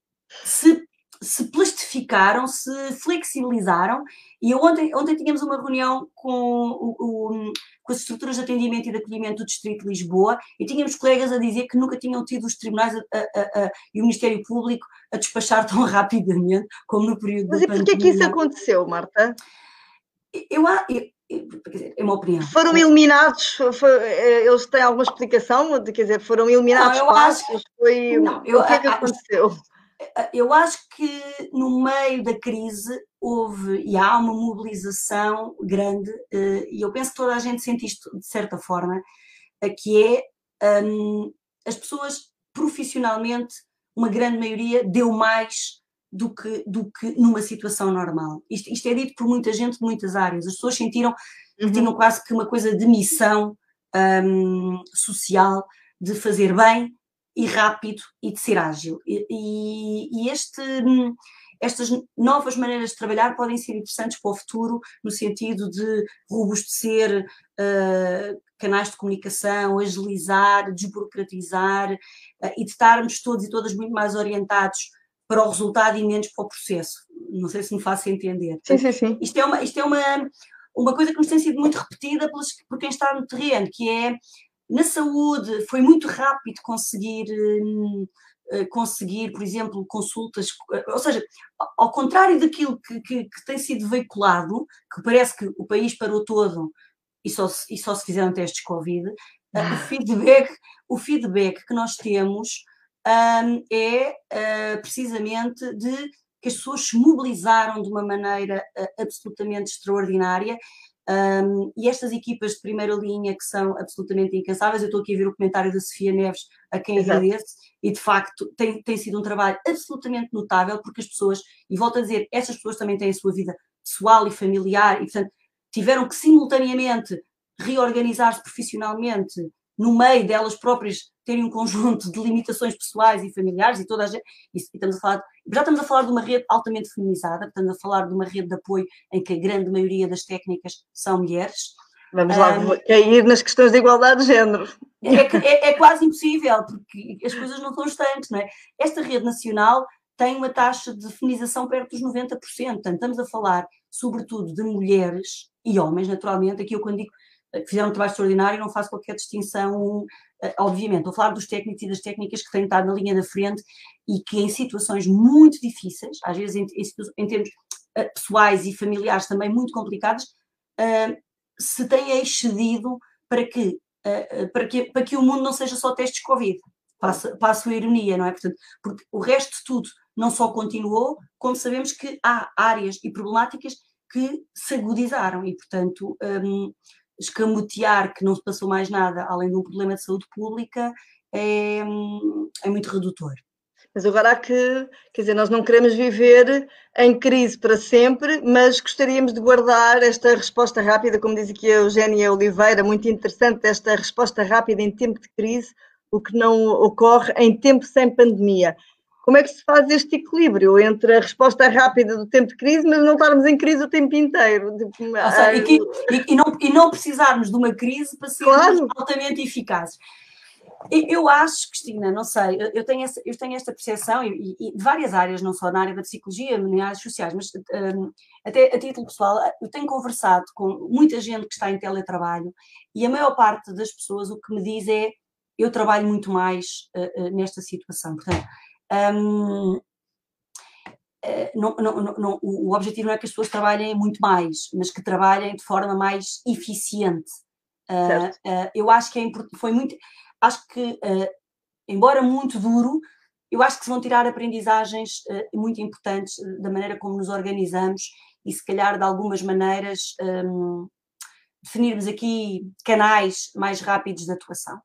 se se plastificaram, se flexibilizaram, e eu ontem, ontem tínhamos uma reunião com, o, o, com as estruturas de atendimento e de acolhimento do Distrito de Lisboa, e tínhamos colegas a dizer que nunca tinham tido os tribunais a, a, a, e o Ministério Público a despachar tão rapidamente como no período Mas da pandemia. Mas e porquê que isso aconteceu, Marta? Eu, eu, eu, quer dizer, é uma opinião. Foram eliminados, foi, eles têm alguma explicação? Quer dizer, foram eliminados não, passos? Acho, foi, não, eu, o que é que aconteceu? Eu acho que no meio da crise houve e há uma mobilização grande, e eu penso que toda a gente sente isto de certa forma, que é um, as pessoas profissionalmente, uma grande maioria deu mais do que, do que numa situação normal. Isto, isto é dito por muita gente de muitas áreas. As pessoas sentiram que uhum. tinham quase que uma coisa de missão um, social, de fazer bem e rápido e de ser ágil. E, e este, estas novas maneiras de trabalhar podem ser interessantes para o futuro, no sentido de robustecer uh, canais de comunicação, agilizar, desburocratizar uh, e de estarmos todos e todas muito mais orientados para o resultado e menos para o processo. Não sei se me faço entender. Sim, sim, sim. Isto é uma, isto é uma, uma coisa que nos tem sido muito repetida pelos, por quem está no terreno, que é, na saúde, foi muito rápido conseguir... Um, conseguir, por exemplo, consultas, ou seja, ao contrário daquilo que, que, que tem sido veiculado, que parece que o país parou todo e só, e só se fizeram testes Covid, uh, o, feedback, o feedback que nós temos um, é uh, precisamente de que as pessoas se mobilizaram de uma maneira uh, absolutamente extraordinária. Um, e estas equipas de primeira linha que são absolutamente incansáveis, eu estou aqui a ver o comentário da Sofia Neves, a quem Exato. Agradeço, e de facto tem, tem sido um trabalho absolutamente notável, porque as pessoas, e volto a dizer, essas pessoas também têm a sua vida pessoal e familiar, e portanto tiveram que simultaneamente reorganizar-se profissionalmente no meio delas próprias terem um conjunto de limitações pessoais e familiares, e toda a gente, e estamos a falar, já estamos a falar de uma rede altamente feminizada, estamos a falar de uma rede de apoio em que a grande maioria das técnicas são mulheres. Vamos lá um, cair nas questões de igualdade de género. É, é, é quase impossível, porque as coisas não são estanques, não é? Esta rede nacional tem uma taxa de feminização perto dos noventa por cento, portanto estamos a falar sobretudo de mulheres e homens, naturalmente, aqui eu quando digo que fizeram um trabalho extraordinário, não faço qualquer distinção, obviamente. Estou a falar dos técnicos e das técnicas que têm estado na linha da frente e que em situações muito difíceis, às vezes em, em, em termos pessoais e familiares também muito complicados, uh, se têm excedido para que, uh, para, que, para que o mundo não seja só testes Covid. Passo, passo a ironia, não é? Portanto, porque o resto de tudo não só continuou, como sabemos que há áreas e problemáticas que se agudizaram e, portanto... Um, escamotear que não se passou mais nada além de um problema de saúde pública é, é muito redutor. Mas agora há que, quer dizer, nós não queremos viver em crise para sempre, mas gostaríamos de guardar esta resposta rápida, como diz aqui a Eugénia Oliveira, muito interessante, esta resposta rápida em tempo de crise, o que não ocorre em tempo sem pandemia. Como é que se faz este equilíbrio entre a resposta rápida do tempo de crise, mas não estarmos em crise o tempo inteiro? Seja, e, que, e, e, não, e não precisarmos de uma crise para sermos claro. altamente eficazes. Eu acho, Cristina, não sei, eu tenho, essa, eu tenho esta percepção, e, e de várias áreas, não só na área da psicologia, nem áreas sociais, mas um, até a título pessoal, eu tenho conversado com muita gente que está em teletrabalho e a maior parte das pessoas o que me diz é eu trabalho muito mais uh, uh, nesta situação. Portanto, um, Não, não, não, o objetivo não é que as pessoas trabalhem muito mais, mas que trabalhem de forma mais eficiente. Uh, uh, eu acho que é foi muito, acho que, uh, embora muito duro, eu acho que se vão tirar aprendizagens uh, muito importantes da maneira como nos organizamos e se calhar de algumas maneiras um, definirmos aqui canais mais rápidos de atuação.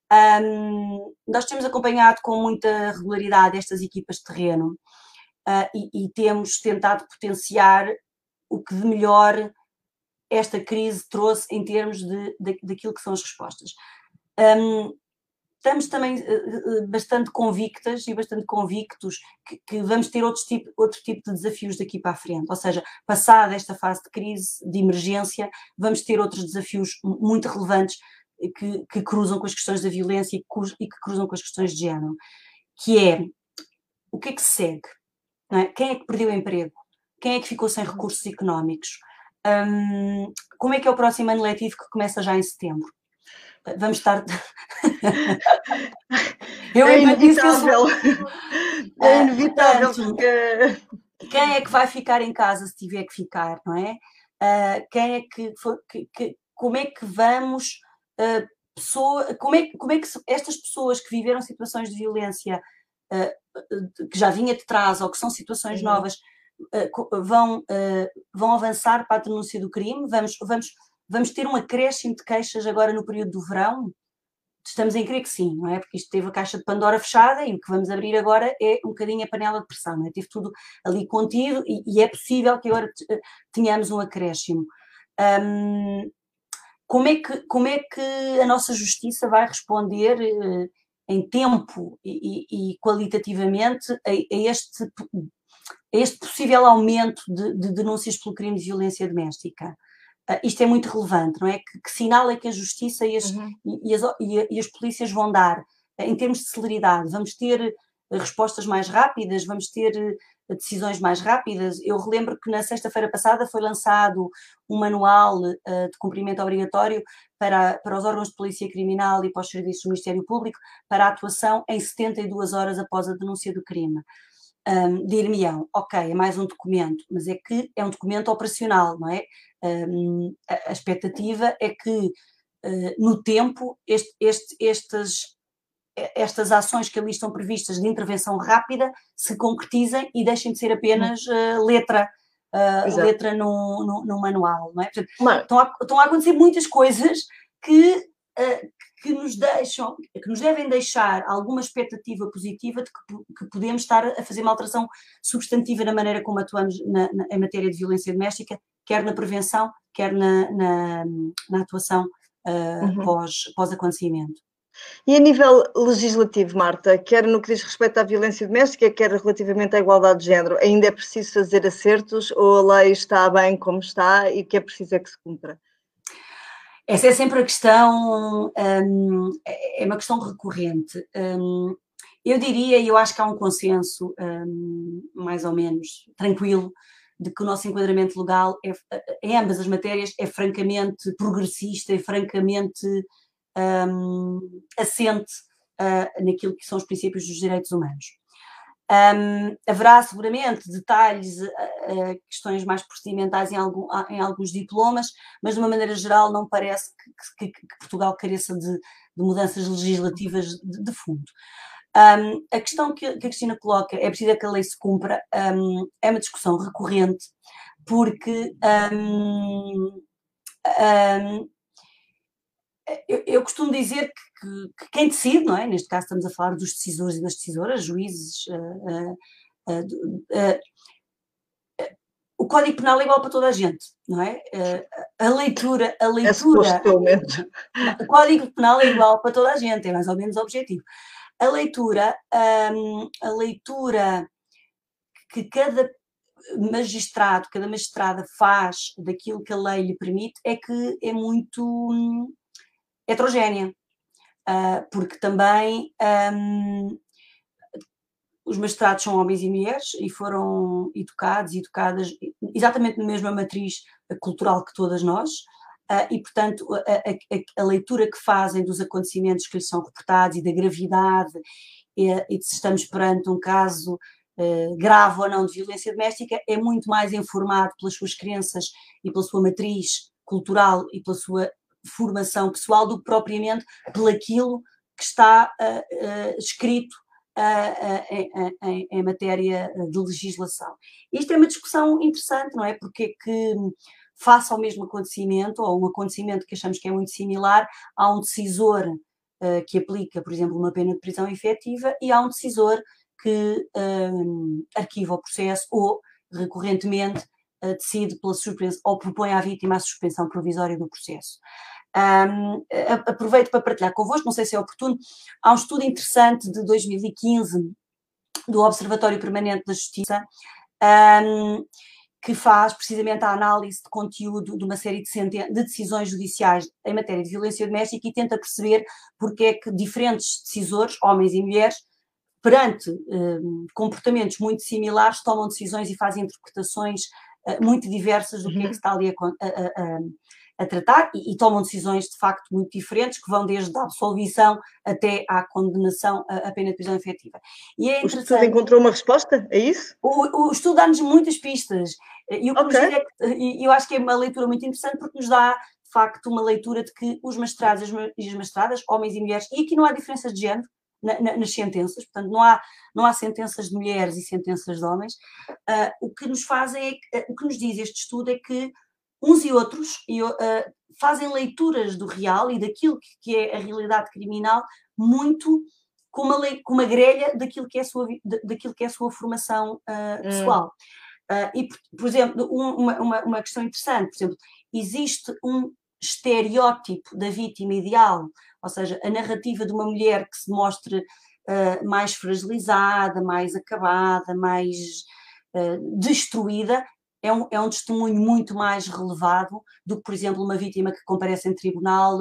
Um, nós temos acompanhado com muita regularidade estas equipas de terreno. Uh, e, e temos tentado potenciar o que de melhor esta crise trouxe em termos de, de, daquilo que são as respostas. Um, estamos também uh, bastante convictas e bastante convictos que, que vamos ter outro tipo, outro tipo de desafios daqui para a frente, ou seja, passada esta fase de crise, de emergência, vamos ter outros desafios muito relevantes que, que cruzam com as questões da violência e que, e que cruzam com as questões de género, que é o que é que se segue? Não é? Quem é que perdeu o emprego? Quem é que ficou sem recursos económicos? Um, como é que é o próximo ano letivo que começa já em setembro? Vamos estar... Eu é inevitável. É inevitável. Uh, portanto, porque... Quem é que vai ficar em casa se tiver que ficar, não é? Uh, quem é que, que, que... Como é que vamos... Uh, pessoa, como, é, como é que estas pessoas que viveram situações de violência Uh, que já vinha de trás ou que são situações uhum. novas uh, vão, uh, vão avançar para a denúncia do crime, vamos, vamos, vamos ter um acréscimo de queixas agora no período do verão? Estamos em crer que sim, não é? Porque isto teve a caixa de Pandora fechada e o que vamos abrir agora é um bocadinho a panela de pressão, não é? Teve tudo ali contido e, e é possível que agora tenhamos um acréscimo. Um, como, é que, como é que a nossa justiça vai responder uh, em tempo e, e, e qualitativamente a, a este este possível aumento de, de denúncias pelo crime de violência doméstica. Uh, isto é muito relevante, não é? Que, que sinal é que a justiça e as, uhum. e, e, as, e, e as polícias vão dar uh, em termos de celeridade? Vamos ter uh, respostas mais rápidas? Vamos ter uh, decisões mais rápidas? Eu relembro que na sexta-feira passada foi lançado um manual uh, de cumprimento obrigatório para, para os órgãos de polícia criminal e para os serviços do Ministério Público para a atuação em setenta e duas horas após a denúncia do crime. Um, dir-me-ão, ok, é mais um documento, mas é que é um documento operacional, não é? Um, a, a expectativa é que uh, no tempo este, este, estas, estas ações que ali estão previstas de intervenção rápida se concretizem e deixem de ser apenas uh, letra, uh, letra no, no, no manual, não é? Portanto, mas... estão, a, estão a acontecer muitas coisas que, uh, que nos deixam, que nos devem deixar alguma expectativa positiva de que, que podemos estar a fazer uma alteração substantiva na maneira como atuamos na, na, em matéria de violência doméstica, quer na prevenção, quer na, na, na atuação uh, uhum. pós, pós-acontecimento. E a nível legislativo, Marta, quer no que diz respeito à violência doméstica, quer relativamente à igualdade de género, ainda é preciso fazer acertos ou a lei está bem como está e o que é preciso é que se cumpra? Essa é sempre a questão, um, é uma questão recorrente. Um, eu diria, e eu acho que há um consenso um, mais ou menos tranquilo, de que o nosso enquadramento legal, é, em ambas as matérias, é francamente progressista, é francamente um, assente uh, naquilo que são os princípios dos direitos humanos. Um, haverá seguramente detalhes, uh, uh, questões mais procedimentais em, algum, em alguns diplomas, mas de uma maneira geral não parece que, que, que Portugal careça de, de mudanças legislativas de, de fundo. Um, a questão que, que a Cristina coloca, é preciso que a lei se cumpra, um, é uma discussão recorrente, porque um, um, eu, eu costumo dizer que, que, que quem decide, não é? Neste caso estamos a falar dos decisores e das decisoras, juízes, uh, uh, uh, uh, uh, o Código Penal é igual para toda a gente, não é? Uh, a leitura, a leitura, é suposto, pelo menos. O Código Penal é igual para toda a gente, é mais ou menos objetivo. A leitura, um, a leitura que cada magistrado, cada magistrada faz daquilo que a lei lhe permite é que é muito hum, heterogénea, uh, porque também um, os magistrados são homens e mulheres e foram educados e educadas exatamente na mesma matriz cultural que todas nós, uh, e portanto a, a, a leitura que fazem dos acontecimentos que lhes são reportados e da gravidade e, e de se estamos perante um caso uh, grave ou não de violência doméstica é muito mais informado pelas suas crenças e pela sua matriz cultural e pela sua formação pessoal do que propriamente pelaquilo que está uh, uh, escrito uh, uh, em, em, em matéria de legislação. Isto é uma discussão interessante, não é? Porque é que face ao mesmo acontecimento, ou um acontecimento que achamos que é muito similar, há um decisor uh, que aplica, por exemplo, uma pena de prisão efetiva e há um decisor que um, arquiva o processo ou, recorrentemente, uh, decide pela suspensão, ou propõe à vítima a suspensão provisória do processo. Um, aproveito para partilhar convosco, não sei se é oportuno, há um estudo interessante de dois mil e quinze do Observatório Permanente da Justiça, um, que faz precisamente a análise de conteúdo de uma série de, de decisões judiciais em matéria de violência doméstica e tenta perceber porque é que diferentes decisores, homens e mulheres, perante um, comportamentos muito similares, tomam decisões e fazem interpretações uh, muito diversas do uhum. que é que se está ali a, a, a, a tratar e, e tomam decisões de facto muito diferentes, que vão desde a absolvição até à condenação à, à pena de prisão efetiva. E é o estudo encontrou uma resposta? É isso? O, o estudo dá-nos muitas pistas e o que okay. nos diz é que, e eu acho que é uma leitura muito interessante porque nos dá de facto uma leitura de que os magistrados e as magistradas, homens e mulheres, e aqui não há diferenças de género na, na, nas sentenças, portanto não há, não há sentenças de mulheres e sentenças de homens, uh, o que nos fazem é que, uh, o que nos diz este estudo é que uns e outros e, uh, fazem leituras do real e daquilo que, que é a realidade criminal muito com uma, lei, com uma grelha daquilo que é a sua, daquilo que é a sua formação uh, pessoal. Hum. Uh, e, por, por exemplo, um, uma, uma, uma questão interessante, por exemplo, existe um estereótipo da vítima ideal, ou seja, a narrativa de uma mulher que se mostre uh, mais fragilizada, mais acabada, mais uh, destruída, é um, é um testemunho muito mais relevado do que, por exemplo, uma vítima que comparece em tribunal,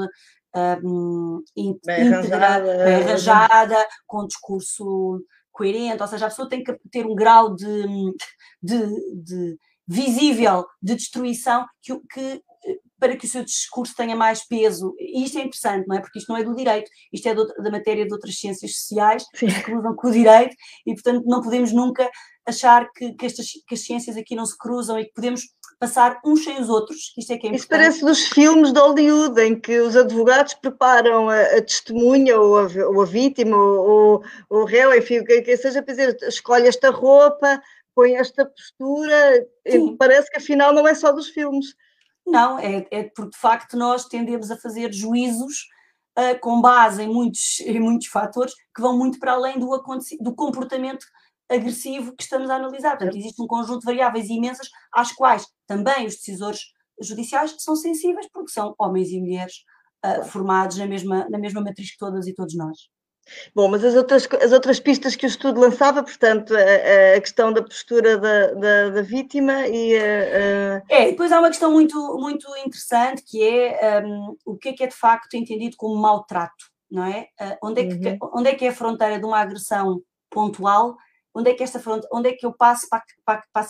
um, bem íntegra, arranjada, bem arranjada, com um discurso coerente, ou seja, a pessoa tem que ter um grau de, de, de visível de destruição que, que, para que o seu discurso tenha mais peso. E isto é interessante, não é? Porque isto não é do direito, isto é do, da matéria de outras ciências sociais, Sim. que se cruzam com o direito, e portanto não podemos nunca achar que, que, estas, que as ciências aqui não se cruzam e que podemos passar uns sem os outros, isto é que é importante. Isso parece dos filmes de Hollywood, em que os advogados preparam a, a testemunha ou a, ou a vítima ou, ou o réu, enfim, o que, que seja, para dizer, escolhe esta roupa, põe esta postura, parece que afinal não é só dos filmes. Não, é, é porque de facto nós tendemos a fazer juízos uh, com base em muitos, em muitos fatores que vão muito para além do, do comportamento agressivo que estamos a analisar. Portanto, existe um conjunto de variáveis imensas às quais também os decisores judiciais são sensíveis, porque são homens e mulheres uh, formados na mesma, na mesma matriz que todas e todos nós. Bom, mas as outras, as outras pistas que o estudo lançava, portanto, a, a questão da postura da, da, da vítima e... A... É, depois há uma questão muito, muito interessante, que é um, o que é que é de facto entendido como maltrato, não é? Uh, onde, é que, uhum. onde é que é a fronteira de uma agressão pontual? Onde é que esta fronteira, onde é que eu passo para, para, para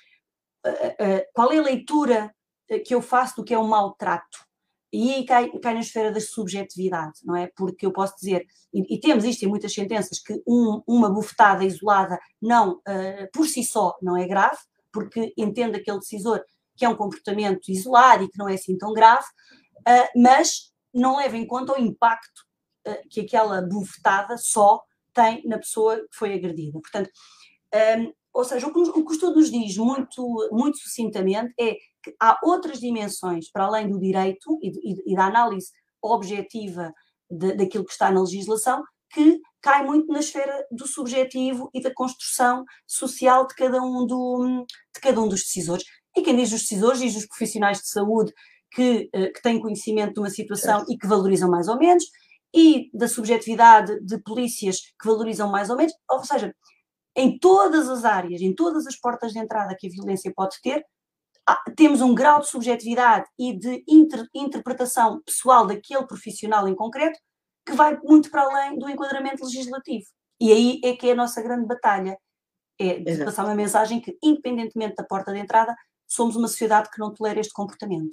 uh, uh, qual é a leitura que eu faço do que é um maltrato? E aí cai, cai na esfera da subjetividade, não é? Porque eu posso dizer, e, e temos isto em muitas sentenças, que um, uma bufetada isolada não, uh, por si só não é grave, porque entende aquele decisor que é um comportamento isolado e que não é assim tão grave, uh, mas não leva em conta o impacto uh, que aquela bufetada só tem na pessoa que foi agredida. Portanto, um, ou seja, o que, o que o estudo nos diz muito, muito sucintamente é que há outras dimensões para além do direito e, e, e da análise objetiva de, daquilo que está na legislação, que cai muito na esfera do subjetivo e da construção social de cada um, do, de cada um dos decisores. E quem diz os decisores, diz os profissionais de saúde que, que têm conhecimento de uma situação e que valorizam mais ou menos, e da subjetividade de polícias que valorizam mais ou menos, ou seja, em todas as áreas, em todas as portas de entrada que a violência pode ter, temos um grau de subjetividade e de inter, interpretação pessoal daquele profissional em concreto que vai muito para além do enquadramento legislativo. E aí é que é a nossa grande batalha, é de Exato. Passar uma mensagem que, independentemente da porta de entrada, somos uma sociedade que não tolera este comportamento.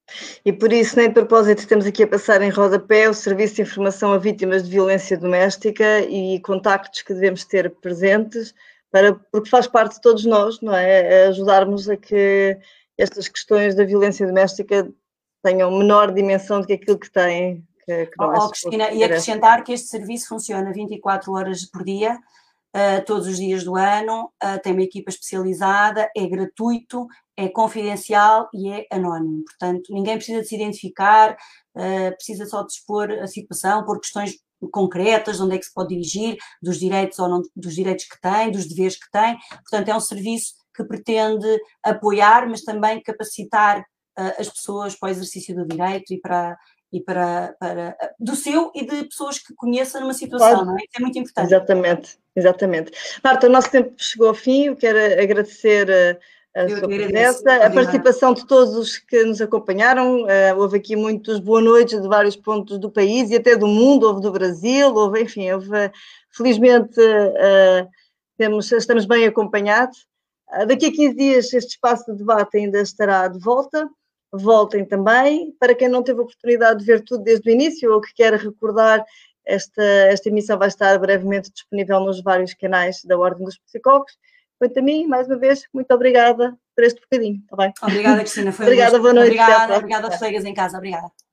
E por isso, nem de propósito, estamos aqui a passar em rodapé o Serviço de Informação a Vítimas de Violência Doméstica e contactos que devemos ter presentes, para, porque faz parte de todos nós, não é? Ajudarmos a que estas questões da violência doméstica tenham menor dimensão do que aquilo que têm. Que, que não oh, é oh, Cristina, e acrescentar que este serviço funciona vinte e quatro horas por dia, uh, todos os dias do ano, uh, tem uma equipa especializada, é gratuito, é confidencial e é anónimo. Portanto, ninguém precisa de se identificar, uh, precisa só de expor a situação, por questões concretas, de onde é que se pode dirigir, dos direitos ou não, dos direitos que tem, dos deveres que tem. Portanto, é um serviço que pretende apoiar, mas também capacitar uh, as pessoas para o exercício do direito e para e para, para do seu e de pessoas que conheçam numa situação, claro. Não é? Isso é muito importante. Exatamente, exatamente. Marta, o nosso tempo chegou ao fim, eu quero agradecer a, a sua presença, a participação de todos os que nos acompanharam, uh, houve aqui muitos boa noites de vários pontos do país e até do mundo, houve do Brasil, houve, enfim, houve, felizmente uh, temos, estamos bem acompanhados. Uh, daqui a quinze dias este espaço de debate ainda estará de volta. Voltem também. Para quem não teve a oportunidade de ver tudo desde o início ou que quer recordar, esta, esta emissão vai estar brevemente disponível nos vários canais da Ordem dos Psicólogos. Quanto a mim, mais uma vez, muito obrigada por este bocadinho. Tá bem? Obrigada, Cristina. Foi obrigada, um boa noite. Obrigada, obrigada aos colegas em casa. Obrigada.